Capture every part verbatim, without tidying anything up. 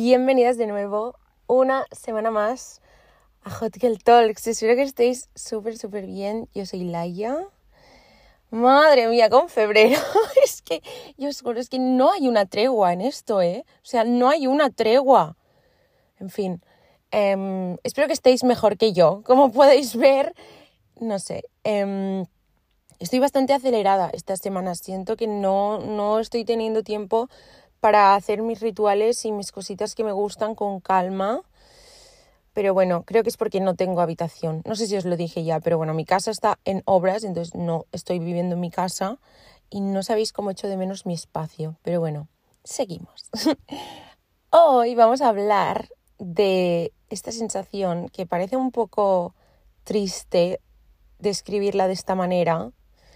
Bienvenidas de nuevo una semana más a Hot Girl Talks. Espero que estéis súper, súper bien. Yo soy Laia. Madre mía, con febrero. Es que, yo os juro, es que no hay una tregua en esto, ¿eh? O sea, no hay una tregua. En fin, eh, espero que estéis mejor que yo. Como podéis ver, no sé, eh, estoy bastante acelerada estas semanas. Siento que no, no estoy teniendo tiempo para hacer mis rituales y mis cositas que me gustan con calma. Pero bueno, creo que es porque no tengo habitación. No sé si os lo dije ya, pero bueno, mi casa está en obras, entonces no estoy viviendo en mi casa y no sabéis cómo echo de menos mi espacio. Pero bueno, seguimos. Hoy vamos a hablar de esta sensación que parece un poco triste describirla de esta manera,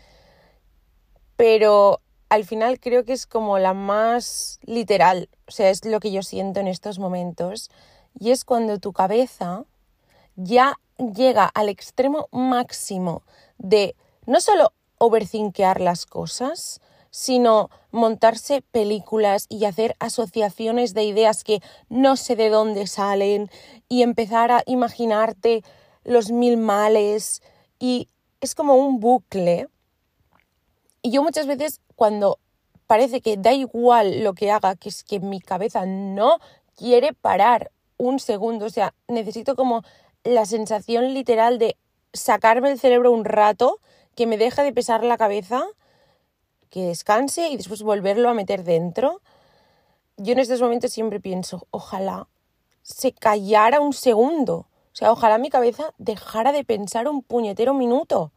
pero al final creo que es como la más literal, o sea, es lo que yo siento en estos momentos, y es cuando tu cabeza ya llega al extremo máximo de no solo overthinkear las cosas, sino montarse películas y hacer asociaciones de ideas que no sé de dónde salen y empezar a imaginarte los mil males, y es como un bucle. Y yo muchas veces, cuando parece que da igual lo que haga, que es que mi cabeza no quiere parar un segundo, o sea, necesito como la sensación literal de sacarme el cerebro un rato, que me deje de pesar la cabeza, que descanse y después volverlo a meter dentro. Yo en estos momentos siempre pienso, ojalá se callara un segundo, o sea, ojalá mi cabeza dejara de pensar un puñetero minuto.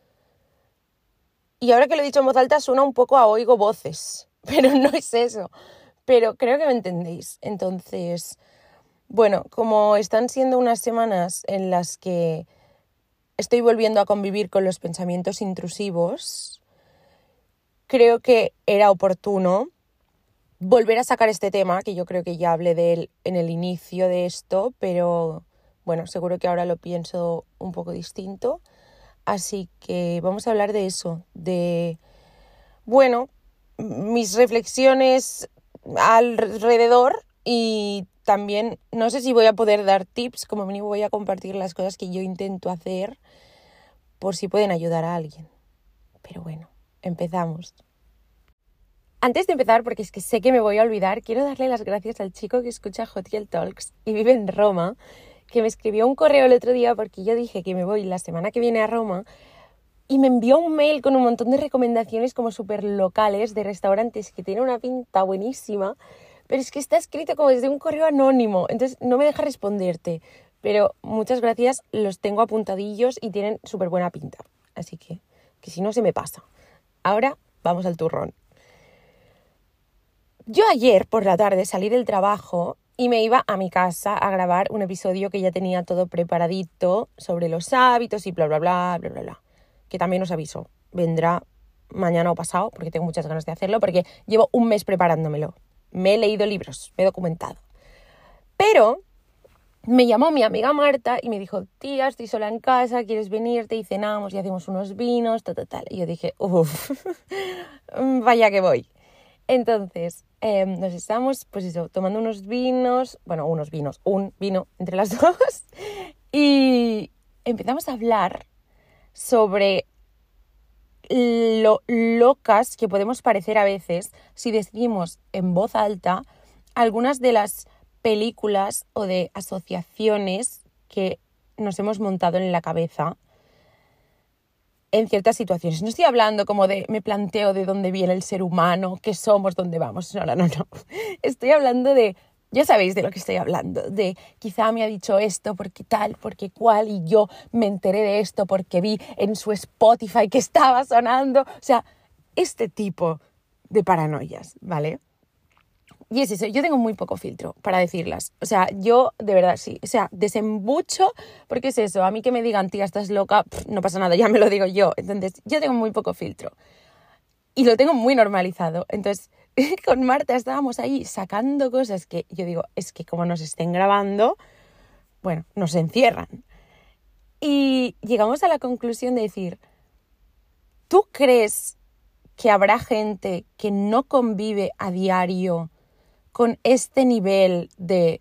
Y ahora que lo he dicho en voz alta suena un poco a oigo voces, pero no es eso. Pero creo que me entendéis. Entonces, bueno, como están siendo unas semanas en las que estoy volviendo a convivir con los pensamientos intrusivos, creo que era oportuno volver a sacar este tema, que yo creo que ya hablé de él en el inicio de esto, pero bueno, seguro que ahora lo pienso un poco distinto. Así que vamos a hablar de eso, de, bueno, mis reflexiones alrededor, y también no sé si voy a poder dar tips, como mínimo voy a compartir las cosas que yo intento hacer por si pueden ayudar a alguien. Pero bueno, empezamos. Antes de empezar, porque es que sé que me voy a olvidar, quiero darle las gracias al chico que escucha Hot Girl Talks y vive en Roma, que me escribió un correo el otro día porque yo dije que me voy la semana que viene a Roma, y me envió un mail con un montón de recomendaciones como súper locales de restaurantes que tienen una pinta buenísima, pero es que está escrito como desde un correo anónimo, entonces no me deja responderte. Pero muchas gracias, los tengo apuntadillos y tienen súper buena pinta, así que, que si no se me pasa. Ahora vamos al turrón. Yo ayer por la tarde salí del trabajo y me iba a mi casa a grabar un episodio que ya tenía todo preparadito sobre los hábitos y bla, bla, bla, bla, bla, bla. Que también os aviso, vendrá mañana o pasado, porque tengo muchas ganas de hacerlo, porque llevo un mes preparándomelo. Me he leído libros, me he documentado. Pero me llamó mi amiga Marta y me dijo, tía, estoy sola en casa, ¿quieres venirte? Y cenamos y hacemos unos vinos, tal, tal, tal. Y yo dije, uff, vaya que voy. Entonces, eh, nos estamos, pues eso, tomando unos vinos, bueno, unos vinos, un vino entre las dos, y empezamos a hablar sobre lo locas que podemos parecer a veces si decimos en voz alta algunas de las películas o de asociaciones que nos hemos montado en la cabeza en ciertas situaciones. No estoy hablando como de me planteo de dónde viene el ser humano, qué somos, dónde vamos. No, no, no, no. Estoy hablando de, ya sabéis de lo que estoy hablando, de quizá me ha dicho esto porque tal, porque cual, y yo me enteré de esto porque vi en su Spotify que estaba sonando. O sea, este tipo de paranoias, ¿vale? Y es eso, yo tengo muy poco filtro para decirlas. O sea, yo de verdad sí, o sea, desembucho, porque es eso, a mí que me digan, tía, estás loca, pff, no pasa nada, ya me lo digo yo. Entonces, yo tengo muy poco filtro y lo tengo muy normalizado. Entonces, con Marta estábamos ahí sacando cosas que yo digo, es que como nos estén grabando, bueno, nos encierran. Y llegamos a la conclusión de decir, ¿tú crees que habrá gente que no convive a diario con este nivel de...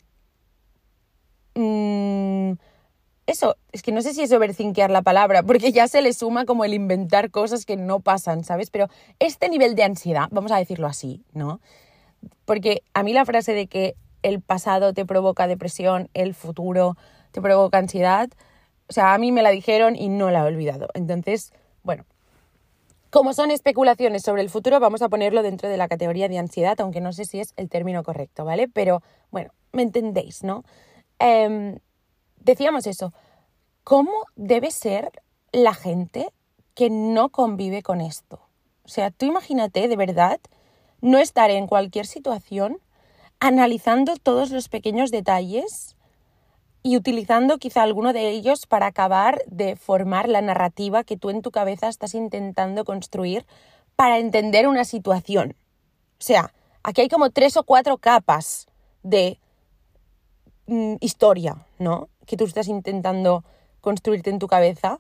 Mmm, eso, es que no sé si es overthinkear la palabra, porque ya se le suma como el inventar cosas que no pasan, ¿sabes? Pero este nivel de ansiedad, vamos a decirlo así, ¿no? Porque a mí la frase de que el pasado te provoca depresión, el futuro te provoca ansiedad, o sea, a mí me la dijeron y no la he olvidado. Entonces, bueno, como son especulaciones sobre el futuro, vamos a ponerlo dentro de la categoría de ansiedad, aunque no sé si es el término correcto, ¿vale? Pero, bueno, me entendéis, ¿no? Eh, decíamos eso. ¿Cómo debe ser la gente que no convive con esto? O sea, tú imagínate, de verdad, no estar en cualquier situación analizando todos los pequeños detalles y utilizando quizá alguno de ellos para acabar de formar la narrativa que tú en tu cabeza estás intentando construir para entender una situación. O sea, aquí hay como tres o cuatro capas de mm, historia, ¿no? Que tú estás intentando construirte en tu cabeza.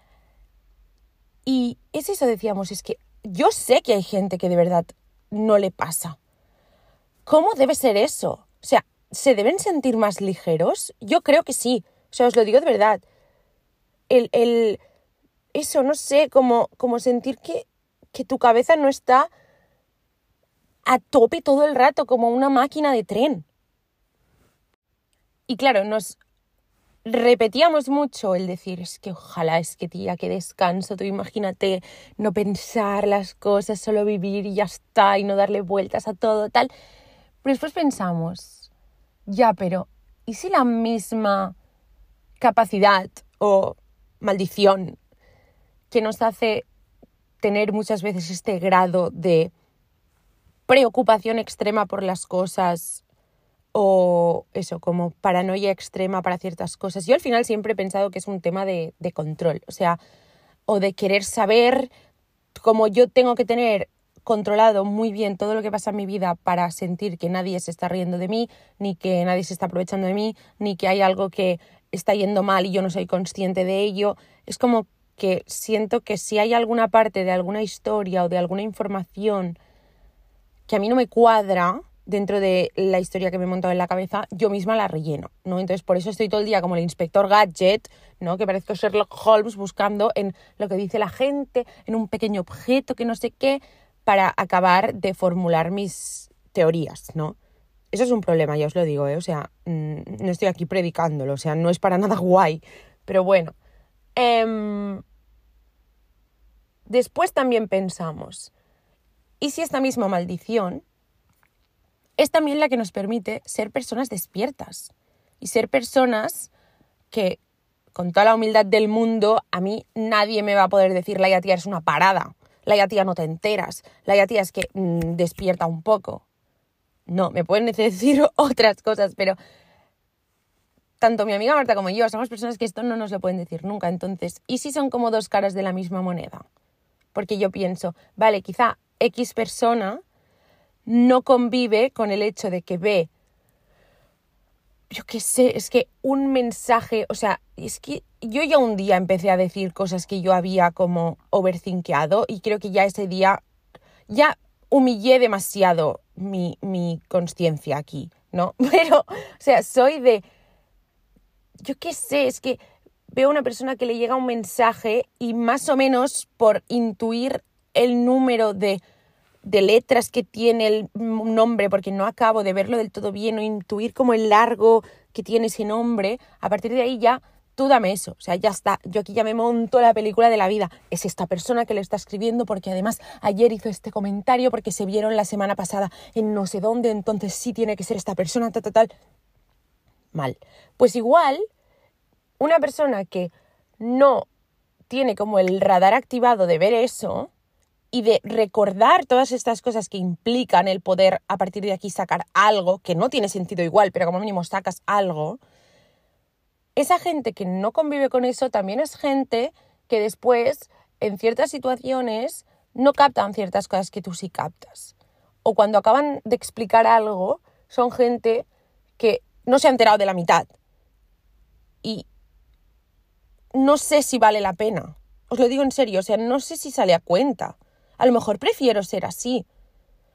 Y es eso, decíamos, es que yo sé que hay gente que de verdad no le pasa. ¿Cómo debe ser eso? O sea, ¿se deben sentir más ligeros? Yo creo que sí. O sea, os lo digo de verdad. El, el, eso, no sé, como, como sentir que, que tu cabeza no está a tope todo el rato, como una máquina de tren. Y claro, nos repetíamos mucho el decir, es que ojalá, es que tía, qué descanso, tú imagínate no pensar las cosas, solo vivir y ya está, y no darle vueltas a todo, tal. Pero después pensamos, ya, pero ¿y si la misma capacidad o maldición que nos hace tener muchas veces este grado de preocupación extrema por las cosas o eso, como paranoia extrema para ciertas cosas? Yo al final siempre he pensado que es un tema de, de control, o sea, o de querer saber, como yo tengo que tener controlado muy bien todo lo que pasa en mi vida para sentir que nadie se está riendo de mí, ni que nadie se está aprovechando de mí, ni que hay algo que está yendo mal y yo no soy consciente de ello. Es como que siento que si hay alguna parte de alguna historia o de alguna información que a mí no me cuadra dentro de la historia que me he montado en la cabeza, yo misma la relleno, ¿no? Entonces, por eso estoy todo el día como el inspector Gadget, ¿no? Que parezco Sherlock Holmes buscando en lo que dice la gente, en un pequeño objeto que no sé qué, para acabar de formular mis teorías, ¿no? Eso es un problema, ya os lo digo, ¿eh? O sea, mmm, no estoy aquí predicándolo, o sea, no es para nada guay, pero bueno. Eh, después también pensamos, ¿y si esta misma maldición es también la que nos permite ser personas despiertas y ser personas que, con toda la humildad del mundo, a mí nadie me va a poder decir la tía es una parada, la tía no te enteras, la tía es que mmm, despierta un poco? No, me pueden decir otras cosas, pero tanto mi amiga Marta como yo somos personas que esto no nos lo pueden decir nunca. Entonces, ¿y si son como dos caras de la misma moneda? Porque yo pienso, vale, quizá X persona no convive con el hecho de que ve, yo qué sé, es que un mensaje, o sea, es que yo ya un día empecé a decir cosas que yo había como overthinkeado y creo que ya ese día ya humillé demasiado mi, mi consciencia aquí, ¿no? Pero, o sea, soy de, yo qué sé, es que veo a una persona que le llega un mensaje y más o menos por intuir el número de de letras que tiene el nombre, porque no acabo de verlo del todo bien o intuir como el largo que tiene ese nombre, a partir de ahí ya tú dame eso, o sea, ya está, yo aquí ya me monto la película de la vida, es esta persona que le está escribiendo porque además ayer hizo este comentario porque se vieron la semana pasada en no sé dónde, entonces sí tiene que ser esta persona, tal, tal, tal. Mal. Pues igual, una persona que no tiene como el radar activado de ver eso y de recordar todas estas cosas que implican el poder a partir de aquí sacar algo, que no tiene sentido igual, pero como mínimo sacas algo, esa gente que no convive con eso también es gente que después, en ciertas situaciones, no captan ciertas cosas que tú sí captas. O cuando acaban de explicar algo, son gente que no se ha enterado de la mitad. Y no sé si vale la pena. Os lo digo en serio, o sea, no sé si sale a cuenta. A lo mejor prefiero ser así,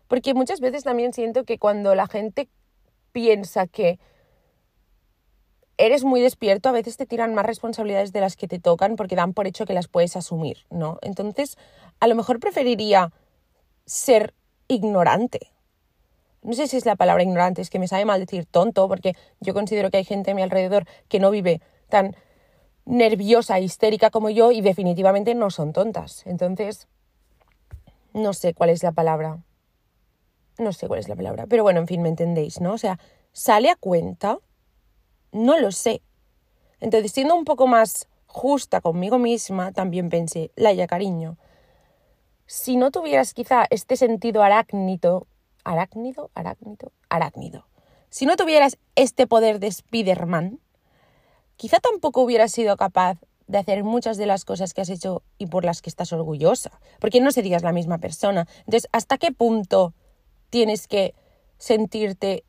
Porque muchas veces también siento que cuando la gente piensa que eres muy despierto, a veces te tiran más responsabilidades de las que te tocan porque dan por hecho que las puedes asumir, ¿no? Entonces, a lo mejor preferiría ser ignorante. No sé si es la palabra ignorante, es que me sabe mal decir tonto, porque yo considero que hay gente a mi alrededor que no vive tan nerviosa e histérica como yo y definitivamente no son tontas. Entonces, no sé cuál es la palabra. No sé cuál es la palabra. Pero bueno, en fin, me entendéis, ¿no? O sea, ¿sale a cuenta? No lo sé. Entonces, siendo un poco más justa conmigo misma, también pensé, Laia, cariño, si no tuvieras quizá este sentido arácnido, arácnido, arácnido, arácnido, si no tuvieras este poder de Spider-Man, quizá tampoco hubieras sido capaz de hacer muchas de las cosas que has hecho y por las que estás orgullosa, porque no serías la misma persona. Entonces, ¿hasta qué punto tienes que sentirte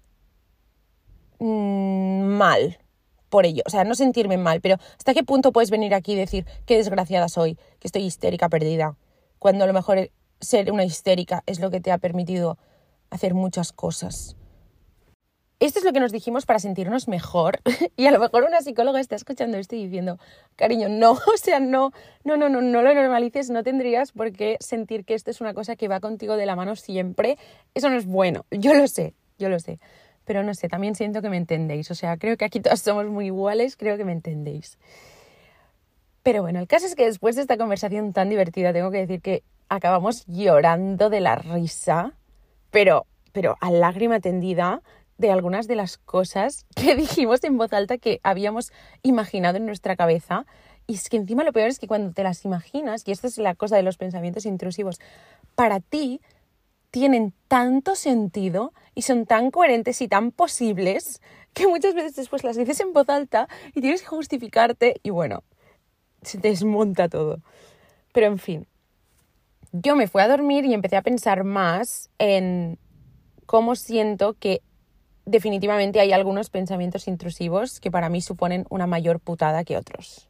mmm, mal por ello? O sea, no sentirme mal, pero ¿hasta qué punto puedes venir aquí y decir qué desgraciada soy, que estoy histérica perdida? Cuando a lo mejor ser una histérica es lo que te ha permitido hacer muchas cosas. Esto es lo que nos dijimos para sentirnos mejor y a lo mejor una psicóloga está escuchando esto y diciendo, cariño, no, o sea, no, no, no, no, no lo normalices, no tendrías por qué sentir que esto es una cosa que va contigo de la mano siempre. Eso no es bueno, yo lo sé, yo lo sé, pero no sé, también siento que me entendéis, o sea, creo que aquí todas somos muy iguales, creo que me entendéis. Pero bueno, el caso es que después de esta conversación tan divertida tengo que decir que acabamos llorando de la risa, pero, pero a lágrima tendida, de algunas de las cosas que dijimos en voz alta que habíamos imaginado en nuestra cabeza. Y es que encima lo peor es que cuando te las imaginas, y esto es la cosa de los pensamientos intrusivos, para ti tienen tanto sentido y son tan coherentes y tan posibles que muchas veces después las dices en voz alta y tienes que justificarte y bueno, se desmonta todo. Pero en fin, yo me fui a dormir y empecé a pensar más en cómo siento que definitivamente hay algunos pensamientos intrusivos que para mí suponen una mayor putada que otros.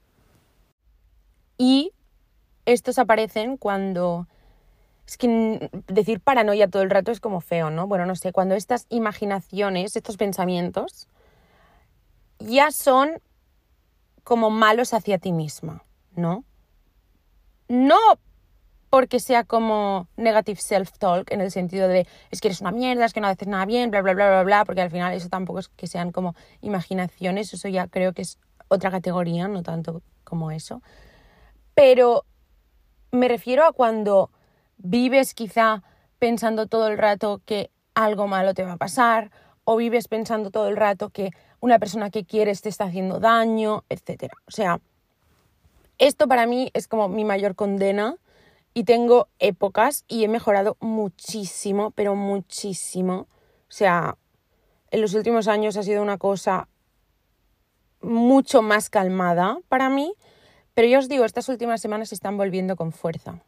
Y estos aparecen cuando... Es que decir paranoia todo el rato es como feo, ¿no? Bueno, no sé, cuando estas imaginaciones, estos pensamientos, ya son como malos hacia ti misma, ¿no? No porque sea como negative self-talk, en el sentido de es que eres una mierda, es que no haces nada bien, bla, bla, bla, bla, bla, porque al final eso tampoco es que sean como imaginaciones, eso ya creo que es otra categoría, no tanto como eso. Pero me refiero a cuando vives quizá pensando todo el rato que algo malo te va a pasar, o vives pensando todo el rato que una persona que quieres te está haciendo daño, etcétera. O sea, esto para mí es como mi mayor condena. Y tengo épocas y he mejorado muchísimo, pero muchísimo. O sea, en los últimos años ha sido una cosa mucho más calmada para mí. Pero yo os digo, estas últimas semanas se están volviendo con fuerza.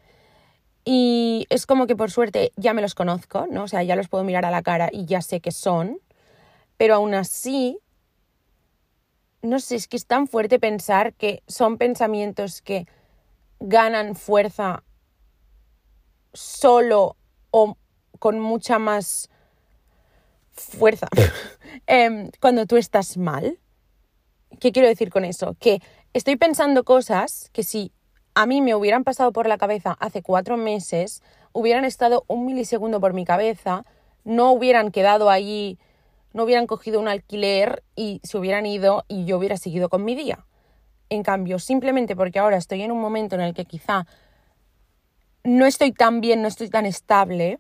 Y es como que por suerte ya me los conozco, ¿no? O sea, ya los puedo mirar a la cara y ya sé qué son. Pero aún así, no sé, es que es tan fuerte pensar que son pensamientos que ganan fuerza solo o con mucha más fuerza eh, cuando tú estás mal. ¿Qué quiero decir con eso? Que estoy pensando cosas que si a mí me hubieran pasado por la cabeza hace cuatro meses, hubieran estado un milisegundo por mi cabeza, no hubieran quedado ahí, no hubieran cogido un alquiler y se hubieran ido y yo hubiera seguido con mi día. En cambio, simplemente porque ahora estoy en un momento en el que quizá no estoy tan bien, no estoy tan estable,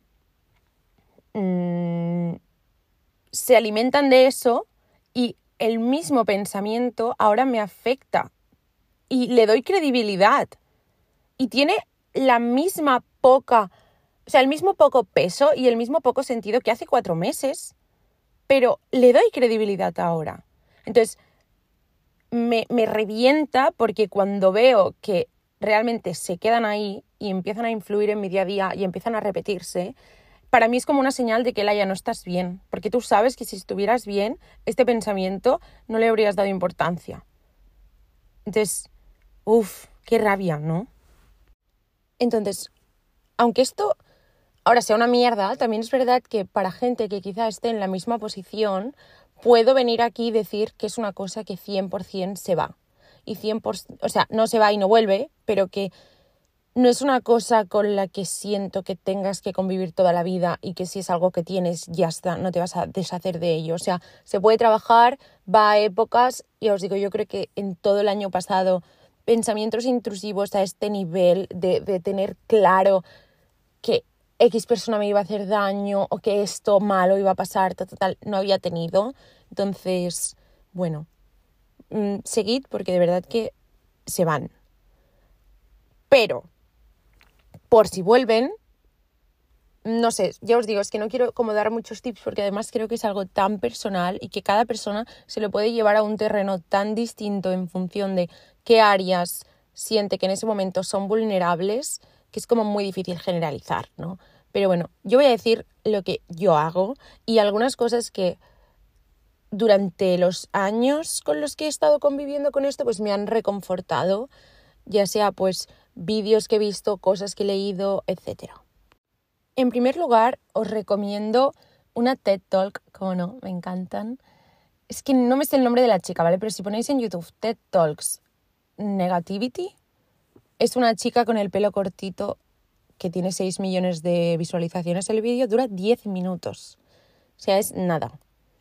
mmm, se alimentan de eso y el mismo pensamiento ahora me afecta y le doy credibilidad y tiene la misma poca, o sea, el mismo poco peso y el mismo poco sentido que hace cuatro meses, pero le doy credibilidad ahora. Entonces, me, me revienta porque cuando veo que realmente se quedan ahí y empiezan a influir en mi día a día y empiezan a repetirse, para mí es como una señal de que, Laia, no estás bien. Porque tú sabes que si estuvieras bien, este pensamiento no le habrías dado importancia. Entonces, uff, qué rabia, ¿no? Entonces, aunque esto ahora sea una mierda, también es verdad que para gente que quizá esté en la misma posición, puedo venir aquí y decir que es una cosa que cien por ciento se va. Y cien por ciento, o sea, no se va y no vuelve, pero que no es una cosa con la que siento que tengas que convivir toda la vida y que si es algo que tienes, ya está, no te vas a deshacer de ello. O sea, se puede trabajar, va a épocas, y os digo, yo creo que en todo el año pasado, pensamientos intrusivos a este nivel de, de tener claro que X persona me iba a hacer daño o que esto malo iba a pasar, tal, tal, tal, no había tenido. Entonces, bueno, mmm, seguid porque de verdad que se van. Pero, por si vuelven, no sé, ya os digo, es que no quiero como dar muchos tips porque además creo que es algo tan personal y que cada persona se lo puede llevar a un terreno tan distinto en función de qué áreas siente que en ese momento son vulnerables, que es como muy difícil generalizar, ¿no? Pero bueno, yo voy a decir lo que yo hago y algunas cosas que durante los años con los que he estado conviviendo con esto, pues me han reconfortado, ya sea pues vídeos que he visto, cosas que he leído, etcétera. En primer lugar, os recomiendo una TED Talk, como no, me encantan. Es que no me sé el nombre de la chica, ¿vale? Pero si ponéis en YouTube TED Talks Negativity, es una chica con el pelo cortito que tiene seis millones de visualizaciones el vídeo, dura diez minutos. O sea, es nada.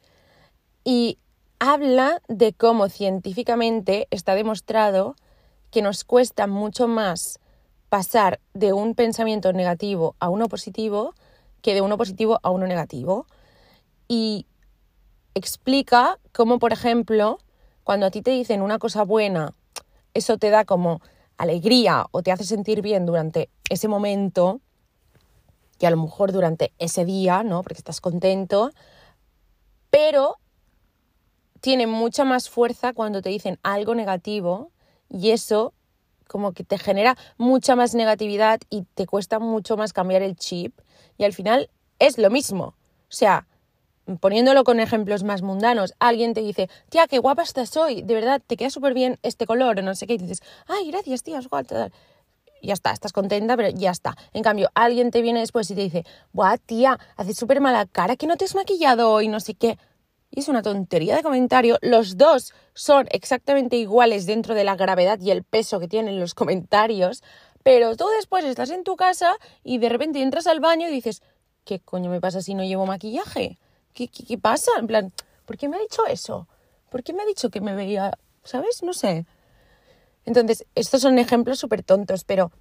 Y habla de cómo científicamente está demostrado que nos cuesta mucho más pasar de un pensamiento negativo a uno positivo que de uno positivo a uno negativo. Y explica cómo, por ejemplo, cuando a ti te dicen una cosa buena, eso te da como alegría o te hace sentir bien durante ese momento y a lo mejor durante ese día, ¿no? Porque estás contento, pero tiene mucha más fuerza cuando te dicen algo negativo y eso como que te genera mucha más negatividad y te cuesta mucho más cambiar el chip y al final es lo mismo. O sea, poniéndolo con ejemplos más mundanos, alguien te dice, tía, qué guapa estás hoy, de verdad, te queda súper bien este color o no sé qué, y dices, ay, gracias, tía, es guapa. Ya está, estás contenta, pero ya está. En cambio, alguien te viene después y te dice, buah, tía, haces súper mala cara, que no te has maquillado hoy, no sé qué. Y es una tontería de comentario. Los dos son exactamente iguales dentro de la gravedad y el peso que tienen los comentarios, pero tú después estás en tu casa y de repente entras al baño y dices, ¿qué coño me pasa si no llevo maquillaje? ¿Qué, qué, qué pasa? En plan, ¿por qué me ha dicho eso? ¿Por qué me ha dicho que me veía, ¿sabes? No sé. Entonces, estos son ejemplos súper tontos, pero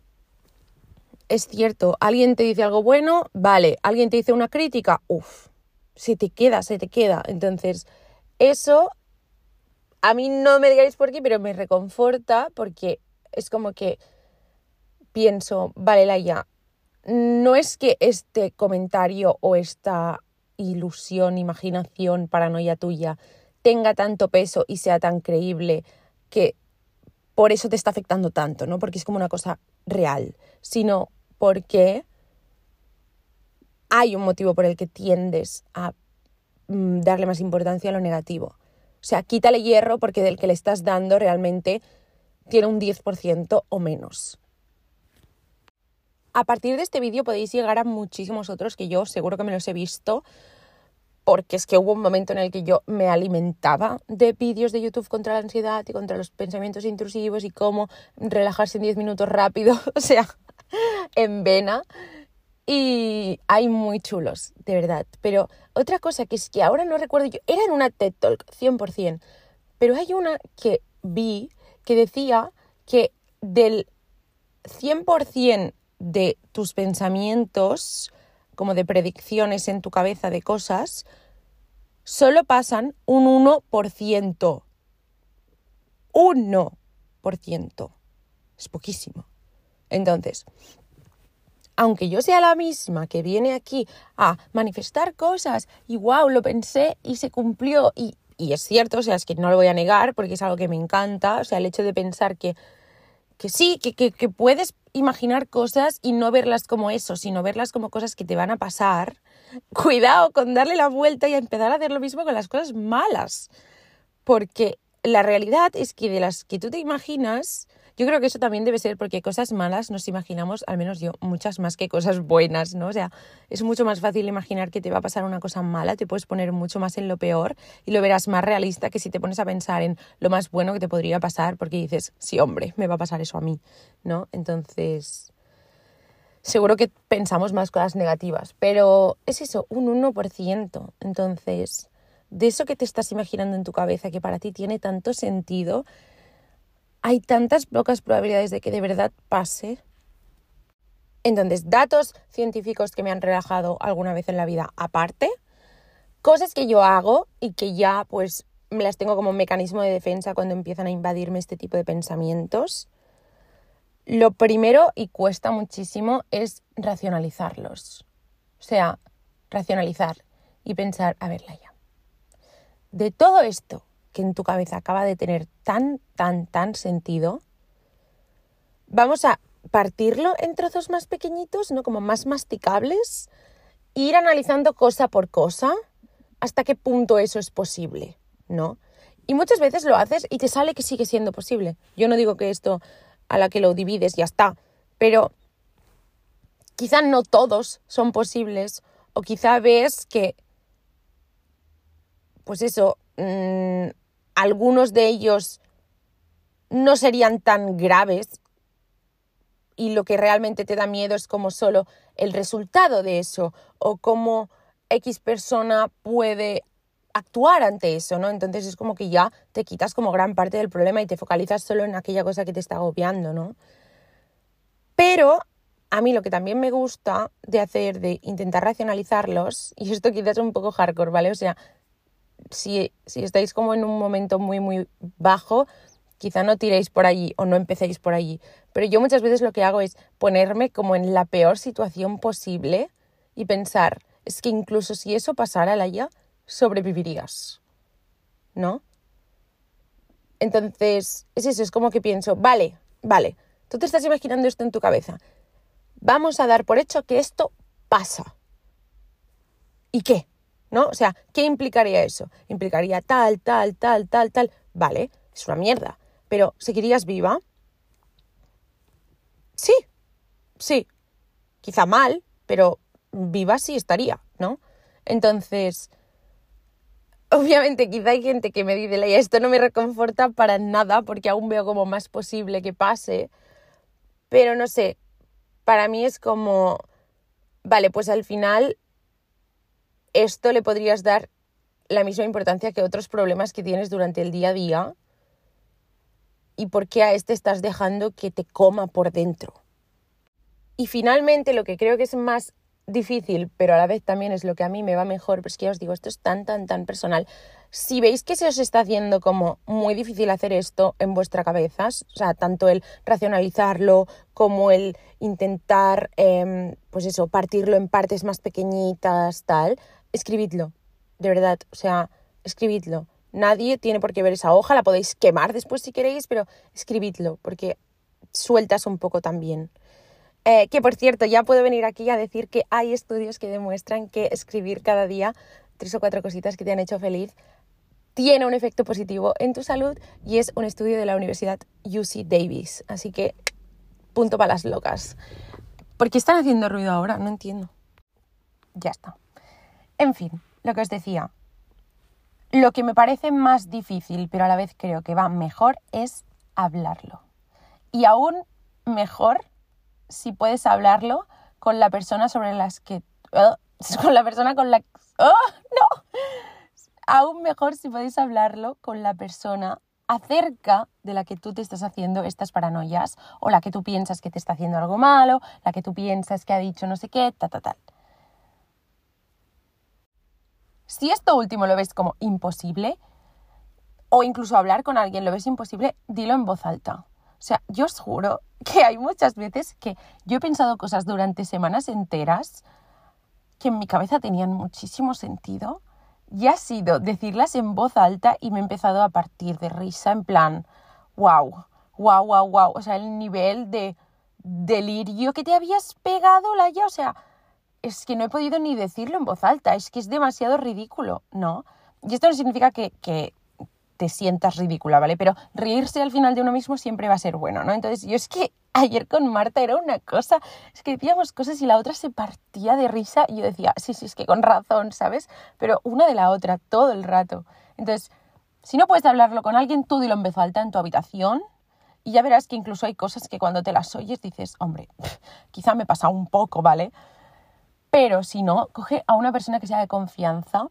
es cierto. Alguien te dice algo bueno, vale. Alguien te dice una crítica, uff. Se te queda, se te queda. Entonces, eso a mí no me digáis por qué, pero me reconforta porque es como que pienso, vale, Laia, no es que este comentario o esta ilusión, imaginación, paranoia tuya tenga tanto peso y sea tan creíble que por eso te está afectando tanto, ¿no? Porque es como una cosa real, sino porque hay un motivo por el que tiendes a mm, darle más importancia a lo negativo. O sea, quítale hierro porque del que le estás dando realmente tiene un diez por ciento o menos. A partir de este vídeo podéis llegar a muchísimos otros que yo seguro que me los he visto porque es que hubo un momento en el que yo me alimentaba de vídeos de YouTube contra la ansiedad y contra los pensamientos intrusivos y cómo relajarse en diez minutos rápido, o sea, en vena. Y hay muy chulos, de verdad. Pero otra cosa que es que ahora no recuerdo yo, era en una TED Talk, cien por ciento. Pero hay una que vi que decía que del cien por ciento de tus pensamientos, como de predicciones en tu cabeza de cosas, solo pasan un uno por ciento. uno por ciento. Es poquísimo. Entonces, aunque yo sea la misma que viene aquí a manifestar cosas y wow, lo pensé y se cumplió y, y es cierto, o sea, es que no lo voy a negar porque es algo que me encanta, o sea, el hecho de pensar que, que sí, que, que, que puedes imaginar cosas y no verlas como eso, sino verlas como cosas que te van a pasar, cuidado con darle la vuelta y a empezar a hacer lo mismo con las cosas malas, porque la realidad es que de las que tú te imaginas, Yo creo que eso también debe ser porque cosas malas nos imaginamos, al menos yo, muchas más que cosas buenas, ¿no? O sea, es mucho más fácil imaginar que te va a pasar una cosa mala, te puedes poner mucho más en lo peor y lo verás más realista que si te pones a pensar en lo más bueno que te podría pasar porque dices, sí, hombre, me va a pasar eso a mí, ¿no? Entonces, seguro que pensamos más cosas negativas, pero es eso, un uno por ciento. Entonces, de eso que te estás imaginando en tu cabeza, que para ti tiene tanto sentido, hay tantas pocas probabilidades de que de verdad pase. Entonces, datos científicos que me han relajado alguna vez en la vida aparte, cosas que yo hago y que ya pues me las tengo como mecanismo de defensa cuando empiezan a invadirme este tipo de pensamientos. Lo primero, y cuesta muchísimo, es racionalizarlos. O sea, racionalizar y pensar, a ver, Laia, de todo esto que en tu cabeza acaba de tener tan, tan, tan sentido, vamos a partirlo en trozos más pequeñitos, ¿no? Como más masticables, e ir analizando cosa por cosa hasta qué punto eso es posible, ¿no? Y muchas veces lo haces y te sale que sigue siendo posible. Yo no digo que esto a la que lo divides ya está, pero quizá no todos son posibles o quizá ves que, pues eso, mmm, algunos de ellos no serían tan graves y lo que realmente te da miedo es como solo el resultado de eso o cómo X persona puede actuar ante eso, ¿no? Entonces es como que ya te quitas como gran parte del problema y te focalizas solo en aquella cosa que te está agobiando, ¿no? Pero a mí lo que también me gusta de hacer, de intentar racionalizarlos, y esto quizás es un poco hardcore, ¿vale? O sea, si, si estáis como en un momento muy, muy bajo, quizá no tiréis por allí o no empecéis por allí. Pero yo muchas veces lo que hago es ponerme como en la peor situación posible y pensar, es que incluso si eso pasara, Laia, sobrevivirías, ¿no? Entonces, es eso, es como que pienso, vale, vale, tú te estás imaginando esto en tu cabeza. Vamos a dar por hecho que esto pasa. ¿Y qué? ¿No? O sea, ¿qué implicaría eso? Implicaría tal, tal, tal, tal, tal. Vale, es una mierda. Pero, ¿seguirías viva? Sí, sí. Quizá mal, pero viva sí estaría, ¿no? Entonces, obviamente quizá hay gente que me dice, Laia, esto no me reconforta para nada porque aún veo como más posible que pase. Pero no sé, para mí es como, vale, pues al final esto le podrías dar la misma importancia que otros problemas que tienes durante el día a día. ¿Y por qué a este estás dejando que te coma por dentro? Y finalmente, lo que creo que es más difícil, pero a la vez también es lo que a mí me va mejor, pues que ya os digo, esto es tan, tan, tan personal. Si veis que se os está haciendo como muy difícil hacer esto en vuestra cabeza, o sea, tanto el racionalizarlo como el intentar, eh, pues eso, partirlo en partes más pequeñitas, tal, escribidlo, de verdad, o sea, escribidlo. Nadie tiene por qué ver esa hoja, la podéis quemar después si queréis, pero escribidlo, porque sueltas un poco también. Eh, que por cierto, ya puedo venir aquí a decir que hay estudios que demuestran que escribir cada día tres o cuatro cositas que te han hecho feliz tiene un efecto positivo en tu salud y es un estudio de la Universidad U C Davis. Así que, punto para las locas. ¿Por qué están haciendo ruido ahora? No entiendo. Ya está. En fin, lo que os decía. Lo que me parece más difícil, pero a la vez creo que va mejor, es hablarlo. Y aún mejor si puedes hablarlo con la persona sobre las que... Oh, con la persona con la... ¡Oh, no! Aún mejor si podéis hablarlo con la persona acerca de la que tú te estás haciendo estas paranoias o la que tú piensas que te está haciendo algo malo, la que tú piensas que ha dicho no sé qué, ta, ta, tal. Si esto último lo ves como imposible, o incluso hablar con alguien lo ves imposible, dilo en voz alta. O sea, yo os juro que hay muchas veces que yo he pensado cosas durante semanas enteras que en mi cabeza tenían muchísimo sentido y ha sido decirlas en voz alta y me he empezado a partir de risa en plan, wow, wow, wow, wow. O sea, el nivel de delirio que te habías pegado, Laia, o sea, es que no he podido ni decirlo en voz alta, es que es demasiado ridículo, ¿no? Y esto no significa que, que te sientas ridícula, ¿vale? Pero reírse al final de uno mismo siempre va a ser bueno, ¿no? Entonces yo es que ayer con Marta era una cosa, es que decíamos cosas y la otra se partía de risa y yo decía, sí, sí, es que con razón, ¿sabes? Pero una de la otra todo el rato. Entonces, si no puedes hablarlo con alguien, tú dilo en voz alta en tu habitación y ya verás que incluso hay cosas que cuando te las oyes dices, hombre, quizá me pasa un poco, ¿vale? Pero si no, coge a una persona que sea de confianza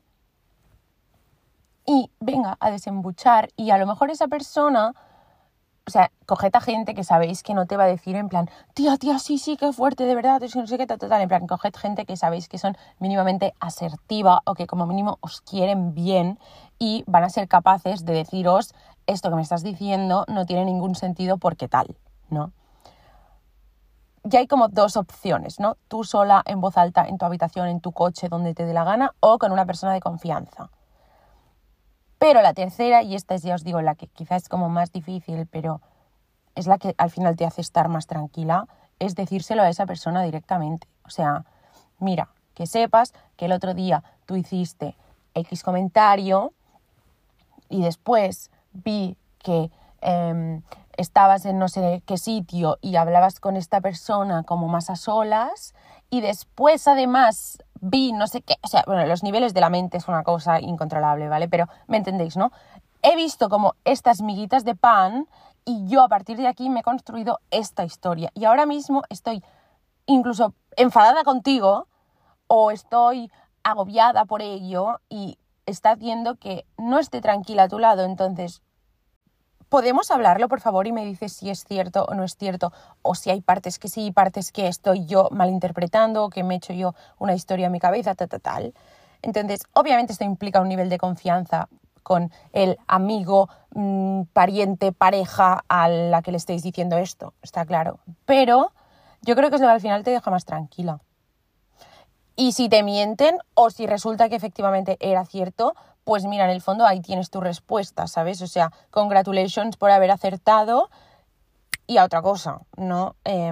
y venga a desembuchar y a lo mejor esa persona, o sea, coged a gente que sabéis que no te va a decir en plan, tía, tía, sí, sí, qué fuerte, de verdad, es que no sé qué, tal, tal, en plan, coged gente que sabéis que son mínimamente asertiva o que como mínimo os quieren bien y van a ser capaces de deciros, esto que me estás diciendo no tiene ningún sentido porque tal, ¿no? Ya hay como dos opciones, ¿no? Tú sola, en voz alta, en tu habitación, en tu coche, donde te dé la gana, o con una persona de confianza. Pero la tercera, y esta es, ya os digo, la que quizás es como más difícil, pero es la que al final te hace estar más tranquila, es decírselo a esa persona directamente. O sea, mira, que sepas que el otro día tú hiciste X comentario y después vi que eh, estabas en no sé qué sitio y hablabas con esta persona como más a solas y después además vi no sé qué, o sea, bueno, los niveles de la mente es una cosa incontrolable, ¿vale? Pero me entendéis, ¿no? He visto como estas miguitas de pan y yo a partir de aquí me he construido esta historia y ahora mismo estoy incluso enfadada contigo o estoy agobiada por ello y está haciendo que no esté tranquila a tu lado. Entonces, ¿podemos hablarlo, por favor? Y me dices si es cierto o no es cierto, o si hay partes que sí, partes que estoy yo malinterpretando, o que me he hecho yo una historia en mi cabeza, tal, tal, tal. Entonces, obviamente esto implica un nivel de confianza con el amigo, mmm, pariente, pareja a la que le estéis diciendo esto, está claro. Pero yo creo que es lo que al final te deja más tranquila. Y si te mienten o si resulta que efectivamente era cierto, pues mira, en el fondo ahí tienes tu respuesta, ¿sabes? O sea, congratulations por haber acertado y a otra cosa, ¿no? Eh,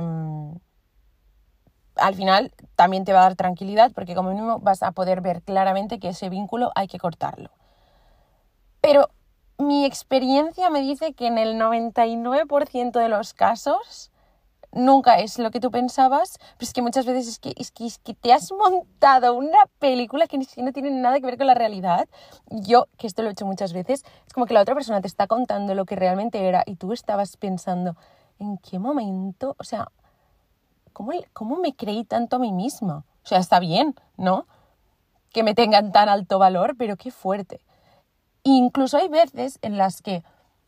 al final también te va a dar tranquilidad porque como mínimo vas a poder ver claramente que ese vínculo hay que cortarlo. Pero mi experiencia me dice que en el noventa y nueve por ciento de los casos nunca es lo que tú pensabas, pero es que muchas veces es que, es que, es que te has montado una película que no tiene nada que ver con la realidad. Yo, que esto lo he hecho muchas veces, es como que la otra persona te está contando lo que realmente era y tú estabas pensando, ¿en qué momento? O sea, ¿cómo, cómo me creí tanto a mí misma? O sea, está bien, ¿no? Que me tengan tan alto valor, pero qué fuerte. Incluso hay veces en las que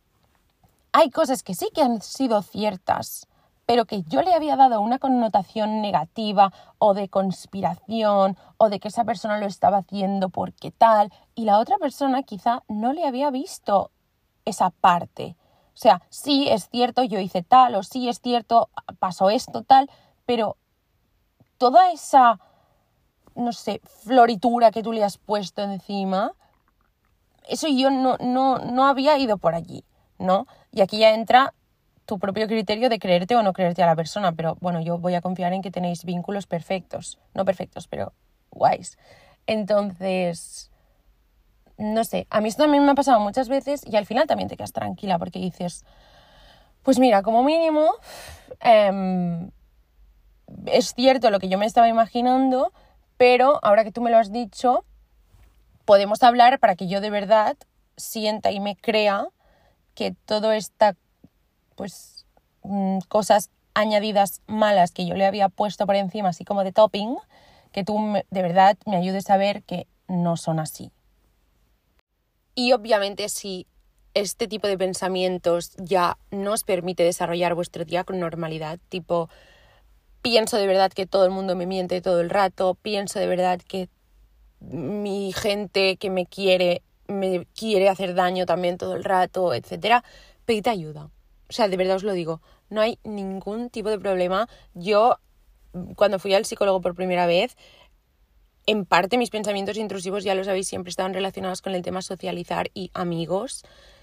hay cosas que sí que han sido ciertas, pero que yo le había dado una connotación negativa o de conspiración o de que esa persona lo estaba haciendo porque tal, y la otra persona quizá no le había visto esa parte. O sea, sí es cierto, yo hice tal, o sí es cierto, pasó esto, tal, pero toda esa, no sé, floritura que tú le has puesto encima, eso yo no, no, no había ido por allí, ¿no? Y aquí ya entra tu propio criterio de creerte o no creerte a la persona, pero bueno, yo voy a confiar en que tenéis vínculos perfectos, no perfectos, pero guays. Entonces, no sé, a mí esto también me ha pasado muchas veces y al final también te quedas tranquila porque dices, pues mira, como mínimo eh, es cierto lo que yo me estaba imaginando, pero ahora que tú me lo has dicho, podemos hablar para que yo de verdad sienta y me crea que todo esta pues cosas añadidas malas que yo le había puesto por encima, así como de topping, que tú de verdad me ayudes a ver que no son así. Y obviamente si este tipo de pensamientos ya no os permite desarrollar vuestro día con normalidad, tipo, pienso de verdad que todo el mundo me miente todo el rato, pienso de verdad que mi gente que me quiere me quiere hacer daño también todo el rato, etcétera, pedid ayuda. O sea, de verdad os lo digo, no hay ningún tipo de problema. Yo, cuando fui al psicólogo por primera vez, en parte mis pensamientos intrusivos, ya lo sabéis, siempre estaban relacionados con el tema socializar y amigos.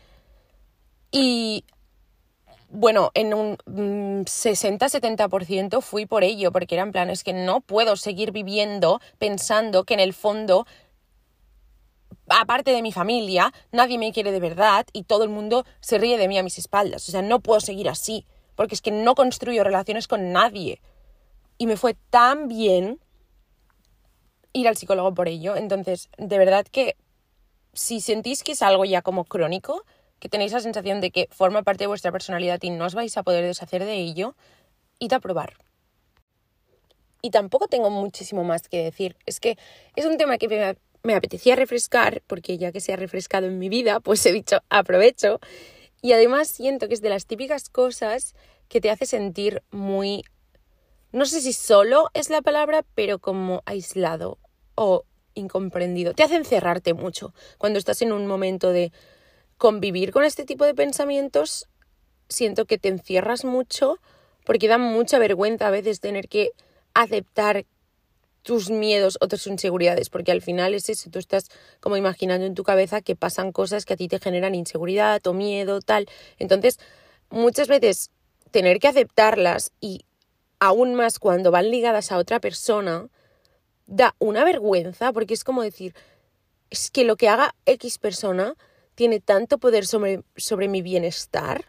Y bueno, en un sesenta a setenta por ciento fui por ello, porque eran planes que no puedo seguir viviendo pensando que en el fondo aparte de mi familia, nadie me quiere de verdad y todo el mundo se ríe de mí a mis espaldas. O sea, no puedo seguir así, porque es que no construyo relaciones con nadie. Y me fue tan bien ir al psicólogo por ello. Entonces, de verdad que si sentís que es algo ya como crónico, que tenéis la sensación de que forma parte de vuestra personalidad y no os vais a poder deshacer de ello, id a probar. Y tampoco tengo muchísimo más que decir. Es que es un tema que me, me apetecía refrescar, porque ya que se ha refrescado en mi vida, pues he dicho, aprovecho. Y además siento que es de las típicas cosas que te hace sentir muy, no sé si solo es la palabra, pero como aislado o incomprendido. Te hace encerrarte mucho. Cuando estás en un momento de convivir con este tipo de pensamientos, siento que te encierras mucho porque da mucha vergüenza a veces tener que aceptar tus miedos o tus inseguridades, porque al final es eso, tú estás como imaginando en tu cabeza que pasan cosas que a ti te generan inseguridad o miedo, tal. Entonces, muchas veces tener que aceptarlas, y aún más cuando van ligadas a otra persona, da una vergüenza, porque es como decir, es que lo que haga X persona tiene tanto poder sobre, sobre mi bienestar.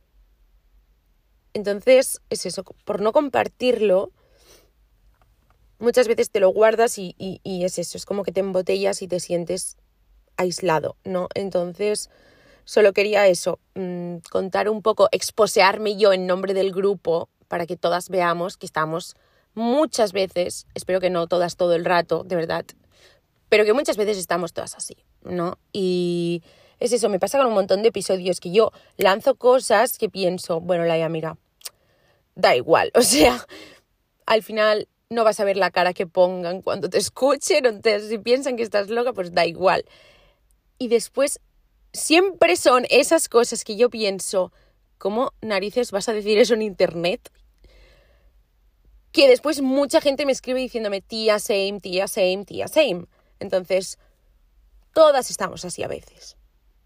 Entonces, es eso, por no compartirlo, muchas veces te lo guardas y, y, y es eso, es como que te embotellas y te sientes aislado, ¿no? Entonces, solo quería eso, mmm, contar un poco, exposearme yo en nombre del grupo para que todas veamos que estamos muchas veces, espero que no todas todo el rato, de verdad, pero que muchas veces estamos todas así, ¿no? Y es eso, me pasa con un montón de episodios que yo lanzo cosas que pienso, bueno, Laia, mira, da igual, o sea, al final no vas a ver la cara que pongan cuando te escuchen, entonces si piensan que estás loca, pues da igual. Y después siempre son esas cosas que yo pienso, ¿cómo narices vas a decir eso en internet? Que después mucha gente me escribe diciéndome tía, same, tía, same, tía, same. Entonces, todas estamos así a veces.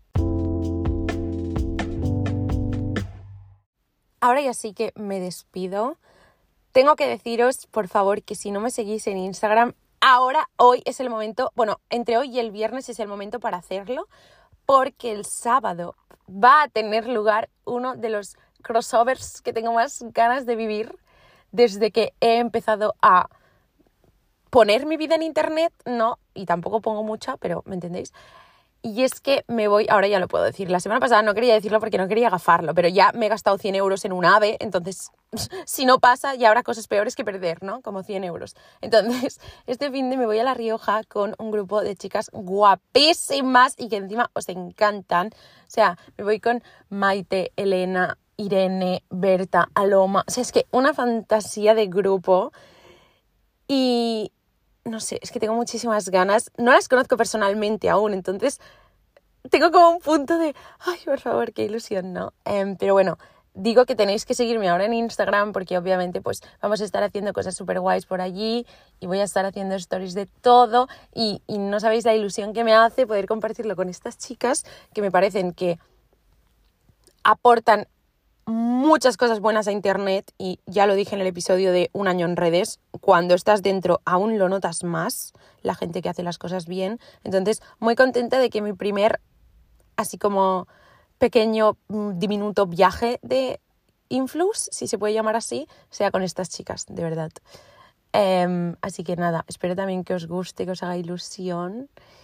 Ahora ya sí que me despido. Tengo que deciros, por favor, que si no me seguís en Instagram, ahora, hoy es el momento, bueno, entre hoy y el viernes es el momento para hacerlo, porque el sábado va a tener lugar uno de los crossovers que tengo más ganas de vivir desde que he empezado a poner mi vida en internet, no, y tampoco pongo mucha, pero ¿me entendéis? Y es que me voy, ahora ya lo puedo decir, la semana pasada no quería decirlo porque no quería gafarlo, pero ya me he gastado cien euros en un AVE, entonces si no pasa ya habrá cosas peores que perder, ¿no? Como cien euros. Entonces, este fin de me voy a La Rioja con un grupo de chicas guapísimas y que encima os encantan. O sea, me voy con Maite, Elena, Irene, Berta, Aloma. O sea, es que una fantasía de grupo y no sé, es que tengo muchísimas ganas. No las conozco personalmente aún, entonces tengo como un punto de, ay, por favor, qué ilusión, ¿no? Eh, pero bueno, digo que tenéis que seguirme ahora en Instagram porque obviamente pues vamos a estar haciendo cosas súper guays por allí y voy a estar haciendo stories de todo y, y no sabéis la ilusión que me hace poder compartirlo con estas chicas que me parecen que aportan muchas cosas buenas a internet y ya lo dije en el episodio de Un año en redes, cuando estás dentro aún lo notas más, la gente que hace las cosas bien. Entonces, muy contenta de que mi primer, así como pequeño, diminuto viaje de influx, si se puede llamar así, sea con estas chicas, de verdad. Um, así que nada, espero también que os guste, que os haga ilusión.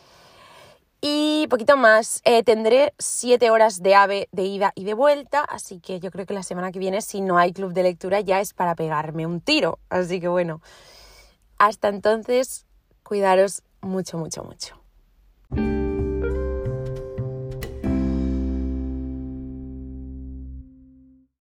Y poquito más, eh, tendré siete horas de AVE de ida y de vuelta, así que yo creo que la semana que viene, si no hay club de lectura, ya es para pegarme un tiro. Así que bueno, hasta entonces, cuidaros mucho, mucho, mucho.